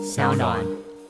小暖。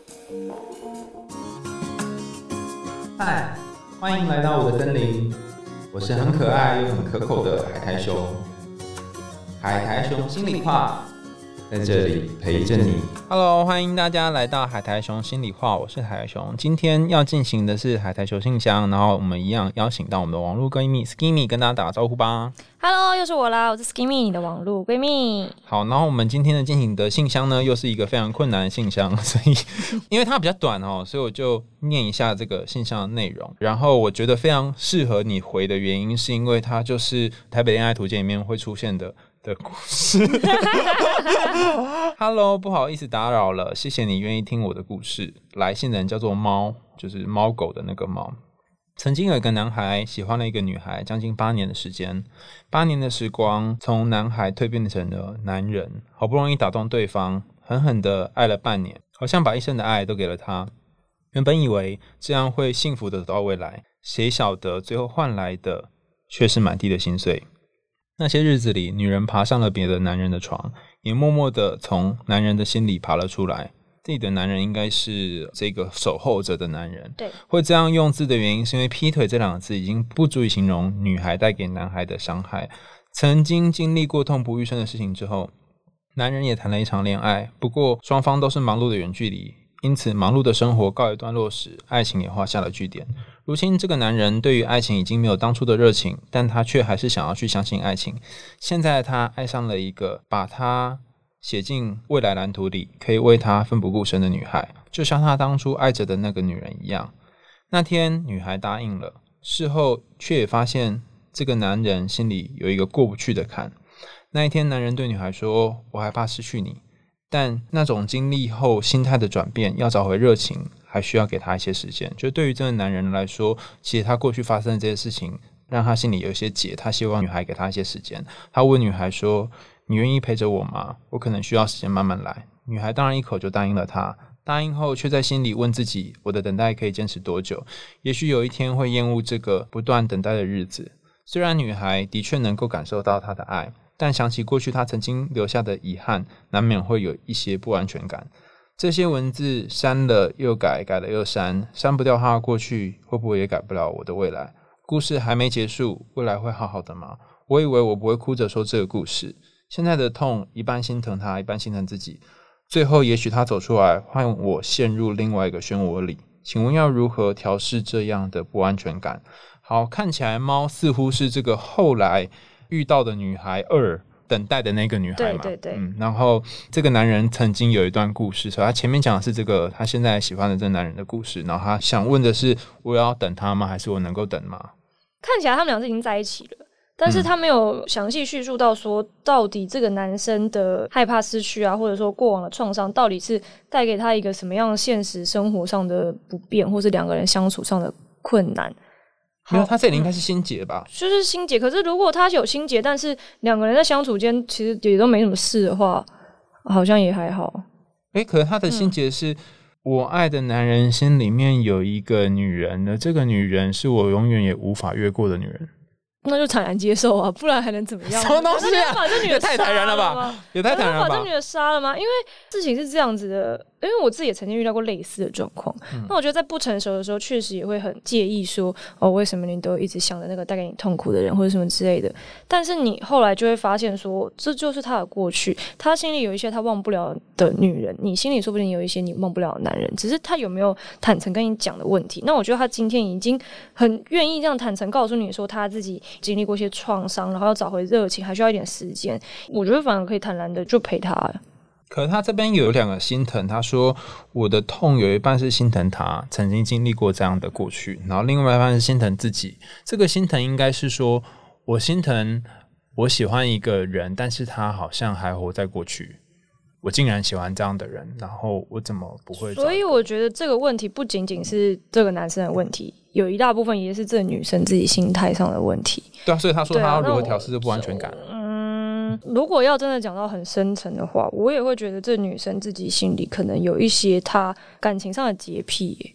嗨，欢迎来到我的森林，我是很可爱又很可口的海苔熊。海苔熊心里话，在这里陪着你。Hello， 欢迎大家来到海苔熊心里话，我是海苔熊。今天要进行的是海苔熊信箱，然后我们一样邀请到我们的网络闺蜜 Skinny 跟大家打个招呼吧。 Hello， 又是我啦，我是 Skinny， 你的网络闺蜜。 好，然后我们今天的进行的信箱呢，又是一个非常困难的信箱，所以因为它比较短哦，所以我就念一下这个信箱的内容。然后我觉得非常适合你回的原因，是因为它就是台北恋爱图鉴里面会出现的故事。Hello， 不好意思打扰了，谢谢你愿意听我的故事。来信的人叫做猫，就是猫狗的那个猫。曾经有一个男孩喜欢了一个女孩将近8年的时间，8年的时光从男孩蜕变成了男人，好不容易打动对方，狠狠的爱了半年，好像把一生的爱都给了他。原本以为这样会幸福的走到未来，谁晓得最后换来的却是满地的心碎。那些日子里，女人爬上了别的男人的床，也默默的从男人的心里爬了出来。自己的男人应该是这个守候者的男人， 对， 会这样用字的原因是因为劈腿这两个字已经不足以形容女孩带给男孩的伤害。曾经经历过痛不欲生的事情之后，男人也谈了一场恋爱，不过双方都是忙碌的远距离，因此忙碌的生活告一段落时，爱情也画下了句点。如今这个男人对于爱情已经没有当初的热情，但他却还是想要去相信爱情。现在他爱上了一个把他写进未来蓝图里，可以为他奋不顾身的女孩，就像他当初爱着的那个女人一样。那天女孩答应了，事后却也发现这个男人心里有一个过不去的坎。那一天男人对女孩说，我害怕失去你，但那种经历后心态的转变，要找回热情还需要给他一些时间。就对于这个男人来说，其实他过去发生的这些事情让他心里有一些结，他希望女孩给他一些时间。他问女孩说，你愿意陪着我吗？我可能需要时间慢慢来。女孩当然一口就答应了他，答应后却在心里问自己，我的等待可以坚持多久？也许有一天会厌恶这个不断等待的日子。虽然女孩的确能够感受到他的爱，但想起过去他曾经留下的遗憾，难免会有一些不安全感。这些文字删了又改，改了又删，删不掉他的过去，会不会也改不了我的未来？故事还没结束，未来会好好的吗？我以为我不会哭着说这个故事，现在的痛一半心疼他，一半心疼自己。最后也许他走出来，换我陷入另外一个漩涡里。请问要如何调试这样的不安全感？好，看起来猫似乎是这个后来遇到的女孩2等待的那个女孩嘛， 对对对， 然后这个男人曾经有一段故事，所以他前面讲的是这个他现在喜欢的这个男人的故事，然后他想问的是，我要等他吗？还是我能够等吗？ 看起来他们俩是已经在一起了，但是他没有详细叙述到说，到底这个男生的害怕失去啊，或者说过往的创伤，到底是带给他一个什么样的现实生活上的不便，或是两个人相处上的困难。 没有，他这里应该是心结吧， 就是心结。可是如果他有心结，但是两个人在相处间其实也都没什么事的话，好像也还好。 可是他的心结是，我爱的男人心里面有一个女人的，这个女人是我永远也无法越过的女人。 那就坦然接受啊，不然还能怎么样？ 什么东西啊？ 把这女的也太坦然了吧？也太坦然了吧？ 把这女的杀了吗？因为事情是这样子的，因为我自己也曾经遇到过类似的状况。那我觉得在不成熟的时候，确实也会很介意说，为什么你都一直想着那个带给你痛苦的人，或者什么之类的。但是你后来就会发现说，这就是他的过去，他心里有一些他忘不了的女人，你心里说不定有一些你忘不了的男人，只是他有没有坦诚跟你讲的问题。那我觉得他今天已经很愿意这样坦诚告诉你说，他自己经历过一些创伤，然后要找回热情，还需要一点时间。我觉得反而可以坦然的就陪他了。 可是他这边有2个心疼，他说我的痛有一半是心疼他曾经经历过这样的过去，然后另外一半是心疼自己。这个心疼应该是说，我心疼我喜欢一个人，但是他好像还活在过去，我竟然喜欢这样的人，然后我怎么不会？ 所以我觉得这个问题不仅仅是这个男生的问题，有一大部分也是这个女生自己心态上的问题。 对啊，所以他说他要如何调试这不安全感。 如果要真的讲到很深层的话，我也会觉得这女生自己心里可能有一些她感情上的洁癖耶。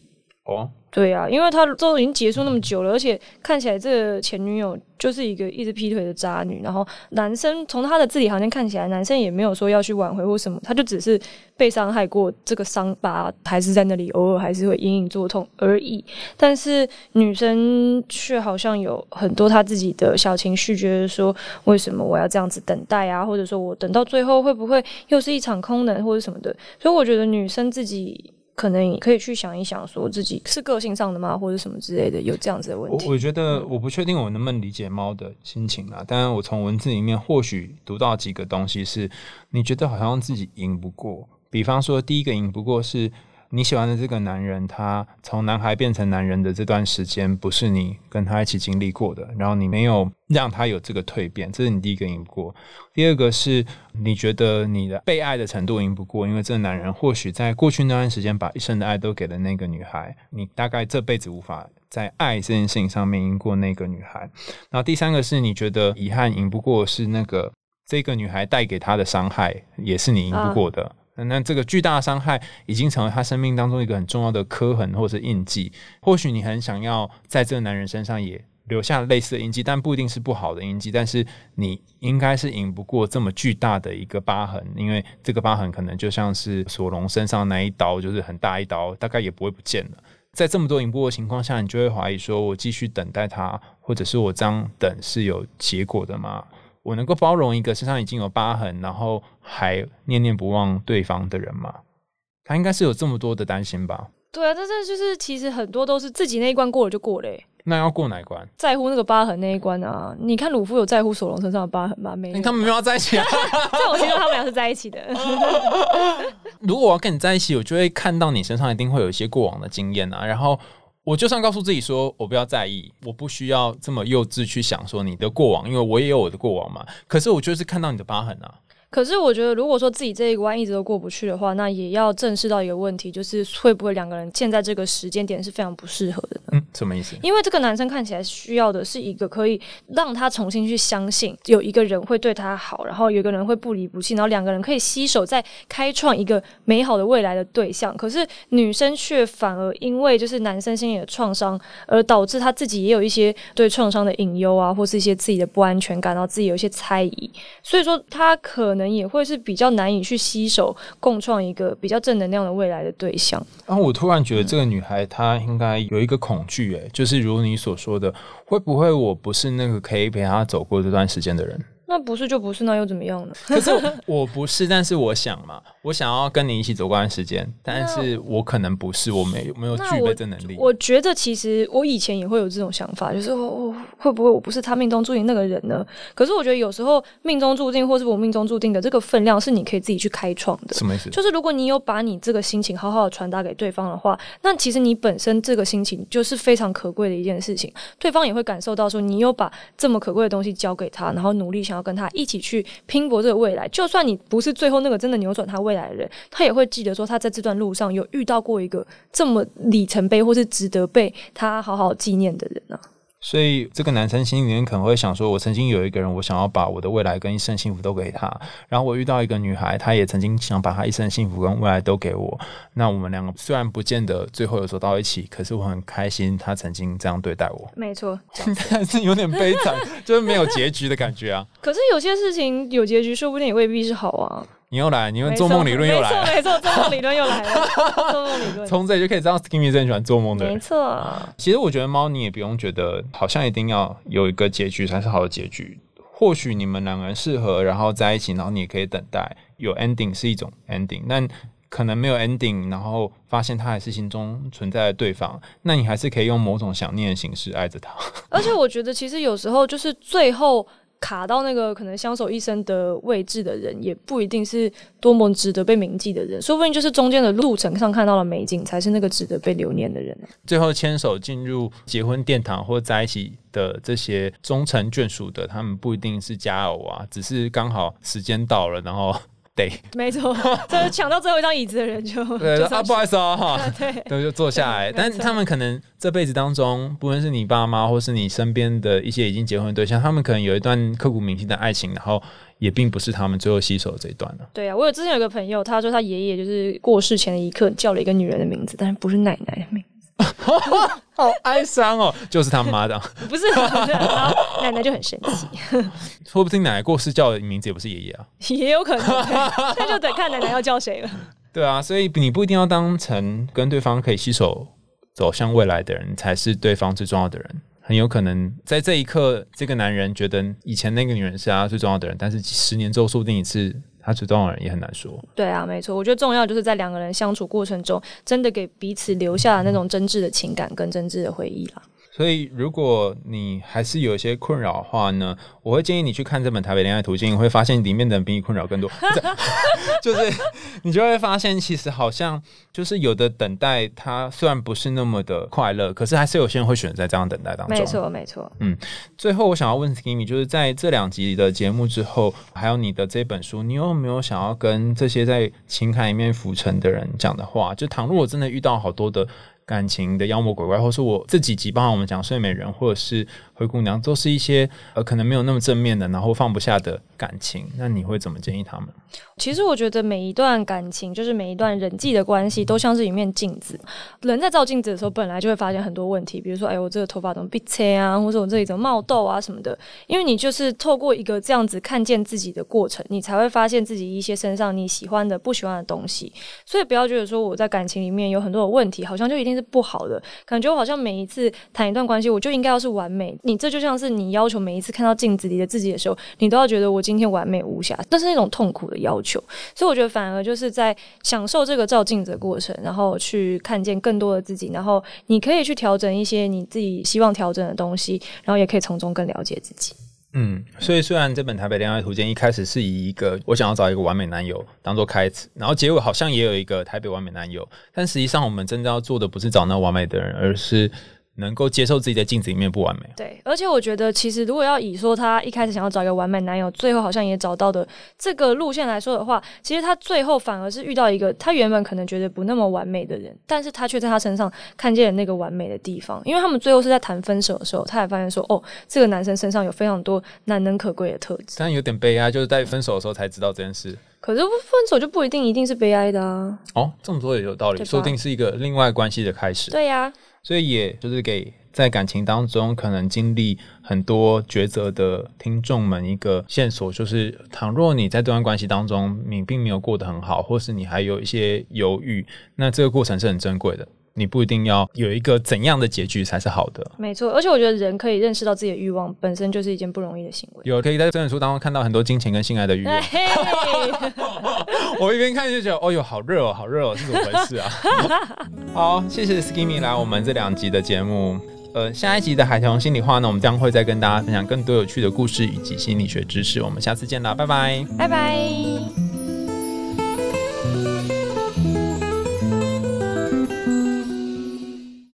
哦， 对啊，因为他都已经结束那么久了，而且看起来这个前女友就是一个一直劈腿的渣女，然后男生从他的字里行间看起来，男生也没有说要去挽回或什么，他就只是被伤害过，这个伤疤还是在那里，偶尔还是会隐隐作痛而已。但是女生却好像有很多她自己的小情绪，觉得说为什么我要这样子等待啊，或者说我等到最后会不会又是一场空能或者什么的。所以我觉得女生自己可能也可以去想一想，说自己是个性上的吗，或者什么之类的，有这样子的问题。 我觉得我不确定我能不能理解猫的心情啦，但是我从文字里面或许读到几个东西是，你觉得好像自己赢不过。比方说，第一个赢不过是你喜欢的这个男人，他从男孩变成男人的这段时间，不是你跟他一起经历过的，然后你没有让他有这个蜕变，这是你第一个赢不过。第二个是你觉得你的被爱的程度赢不过，因为这个男人或许在过去那段时间把一生的爱都给了那个女孩，你大概这辈子无法在爱这件事情上面赢过那个女孩。然后第三个是你觉得遗憾赢不过是这个女孩带给他的伤害，也是你赢不过的。那这个巨大的伤害已经成为他生命当中一个很重要的刻痕或是印记，或许你很想要在这个男人身上也留下类似的印记，但不一定是不好的印记，但是你应该是赢不过这么巨大的一个疤痕，因为这个疤痕可能就像是索隆身上那一刀，就是很大一刀，大概也不会不见了。在这么多赢不过的情况下，你就会怀疑说，我继续等待他，或者是我这样等是有结果的吗？我能够包容一个身上已经有疤痕，然后还念念不忘对方的人吗？他应该是有这么多的担心吧？ 对啊，但是就是其实很多都是自己那一关过了就过了那要过哪一关？ 在乎那个疤痕那一关啊！你看鲁夫有在乎索隆身上的疤痕吗？没有。 他们没有要在一起啊！ 在我心中，他们俩是在一起的。 如果我要跟你在一起，我就会看到你身上一定会有一些过往的经验啊，然后我就算告诉自己说我不要在意，我不需要这么幼稚去想说你的过往，因为我也有我的过往嘛。可是我就是看到你的疤痕啊。 可是我觉得，如果说自己这一关一直都过不去的话，那也要正视到一个问题，就是会不会两个人现在这个时间点是非常不适合的呢？ 什么意思？ 因为这个男生看起来需要的是一个可以让他重新去相信有一个人会对他好，然后有一个人会不离不弃，然后两个人可以携手再开创一个美好的未来的对象。可是女生却反而因为就是男生心里的创伤，而导致他自己也有一些对创伤的隐忧啊，或是一些自己的不安全感，然后自己有一些猜疑，所以说他可能也会是比较难以去携手共创一个比较正能量的未来的对象。 然后我突然觉得这个女孩她应该有一个恐惧，就是如你所说的，会不会我不是那个可以陪她走过这段时间的人？ 那不是就不是，那又怎么样呢？ 可是我不是，但是我想嘛，我想要跟你一起走过段时间，但是我可能不是，我没有具备这能力。 我觉得其实我以前也会有这种想法，就是会不会我不是他命中注定那个人呢？可是我觉得有时候命中注定或是我命中注定的这个分量是你可以自己去开创的。 什么意思？ 就是如果你有把你这个心情好好的传达给对方的话，那其实你本身这个心情就是非常可贵的一件事情，对方也会感受到说你有把这么可贵的东西交给他，然后努力想要跟他一起去拼搏这个未来。就算你不是最后那个真的扭转他未来的人，他也会记得说他在这段路上有遇到过一个这么里程碑或是值得被他好好纪念的人啊。 所以这个男生心里面可能会想说，我曾经有一个人，我想要把我的未来跟一生幸福都给他，然后我遇到一个女孩，她也曾经想把她一生幸福跟未来都给我，那我们两个虽然不见得最后有走到一起，可是我很开心她曾经这样对待我。 没错， 但是有点悲惨，就是没有结局的感觉啊。 可是有些事情有结局说不定也未必是好啊。 你又来，你用做梦理论又来了， 没错，做梦理论又来了，做梦理论。 从这里就可以知道 Skimmy 是很喜欢做梦的人。 没错。 其实我觉得猫，你也不用觉得好像一定要有一个结局才是好的结局。或许你们两个人适合，然后在一起，然后你也可以等待有 ending 是一种 ending， 但可能没有 ending， 然后发现他还是心中存在的对方，那你还是可以用某种想念的形式爱着他。 而且我觉得其实有时候就是最后卡到那个可能相守一生的位置的人，也不一定是多么值得被铭记的人，说不定就是中间的路程上看到了美景，才是那个值得被留念的人。 最后牵手进入结婚殿堂或在一起的这些终成眷属的，他们不一定是佳偶啊，只是刚好时间到了，然后对， 没错，就是抢到最后一张椅子的人就对啊，不好意思啊， 对， 就坐下来。但他们可能这辈子当中，不论是你爸妈或是你身边的一些已经结婚的对象，他们可能有一段刻骨铭心的爱情，然后也并不是他们最后携手的这一段了。 对啊，我之前有个朋友，他说他爷爷就是过世前的一刻叫了一个女人的名字，但是不是奶奶的名字。 好哀伤哦，就是他妈的， 不是，然后奶奶就很生气， 说不定奶奶过世叫的名字也不是爷爷啊， 也有可能，那就得看奶奶要叫谁了。 对啊，所以你不一定要当成跟对方可以携手走向未来的人才是对方最重要的人，很有可能在这一刻，这个男人觉得以前那个女人是他最重要的人，但是10年之后说不定一次他最重要的人也很难说。对啊，没错，我觉得重要就是在两个人相处过程中，真的给彼此留下那种真挚的情感跟真挚的回忆啦。 所以如果你还是有一些困扰的话呢，我会建议你去看这本《台北恋爱途径》，你会发现里面的人比你困扰更多就是你就会发现其实好像就是有的等待它虽然不是那么的快乐，可是还是有些人会选择在这样等待当中。 没错没错。 最后我想要问 Skimmy， 就是在这2集的节目之后，还有你的这本书，你有没有想要跟这些在情感里面浮沉的人讲的话？就倘若我真的遇到好多的感情的妖魔鬼怪，或是我这几集包含我们讲睡美人或者是灰姑娘，都是一些可能没有那么正面的，然后放不下的感情，那你会怎么建议他们？ 其实我觉得每一段感情，就是每一段人际的关系，都像是一面镜子。人在照镜子的时候，本来就会发现很多问题，比如说，我这个头发怎么被切啊，或者我这里怎么冒痘啊什么的。因为你就是透过一个这样子看见自己的过程，你才会发现自己一些身上你喜欢的、不喜欢的东西。所以不要觉得说我在感情里面有很多的问题，好像就一定是不好的，感觉我好像每一次谈一段关系，我就应该要是完美。你这就像是你要求每一次看到镜子里的自己的时候，你都要觉得我今天完美无瑕，这是那种痛苦的要求。所以我觉得反而就是在享受这个照镜子的过程，然后去看见更多的自己，然后你可以去调整一些你自己希望调整的东西，然后也可以从中更了解自己。 所以虽然这本《台北恋爱图鉴》一开始是以一个我想要找一个完美男友当做开始，然后结尾好像也有一个台北完美男友，但实际上我们真的要做的不是找那完美的人，而是能够接受自己在镜子里面不完美。 对，而且我觉得其实如果要以说他一开始想要找一个完美男友，最后好像也找到的这个路线来说的话，其实他最后反而是遇到一个他原本可能觉得不那么完美的人，但是他却在他身上看见了那个完美的地方。因为他们最后是在谈分手的时候，他也发现说这个男生身上有非常多难能可贵的特质。 但有点悲哀，就是在分手的时候才知道这件事。 可是分手就不一定是悲哀的啊。 这么说也有道理，说不定是一个另外关系的开始。 对啊， 所以也就是给在感情当中可能经历很多抉择的听众们一个线索，就是倘若你在这段关系当中你并没有过得很好，或是你还有一些犹豫，那这个过程是很珍贵的，你不一定要有一个怎样的结局才是好的。 没错，而且我觉得人可以认识到自己的欲望本身就是一件不容易的行为。 可以在这本书当中看到很多金钱跟性爱的欲望我一边看就觉得好热哦，好热哦，是怎么回事啊好，谢谢 Skimmy 来我们这2集的节目。下一集的海豚心里话呢，我们将会再跟大家分享更多有趣的故事以及心理学知识。我们下次见啦，拜拜， 拜拜。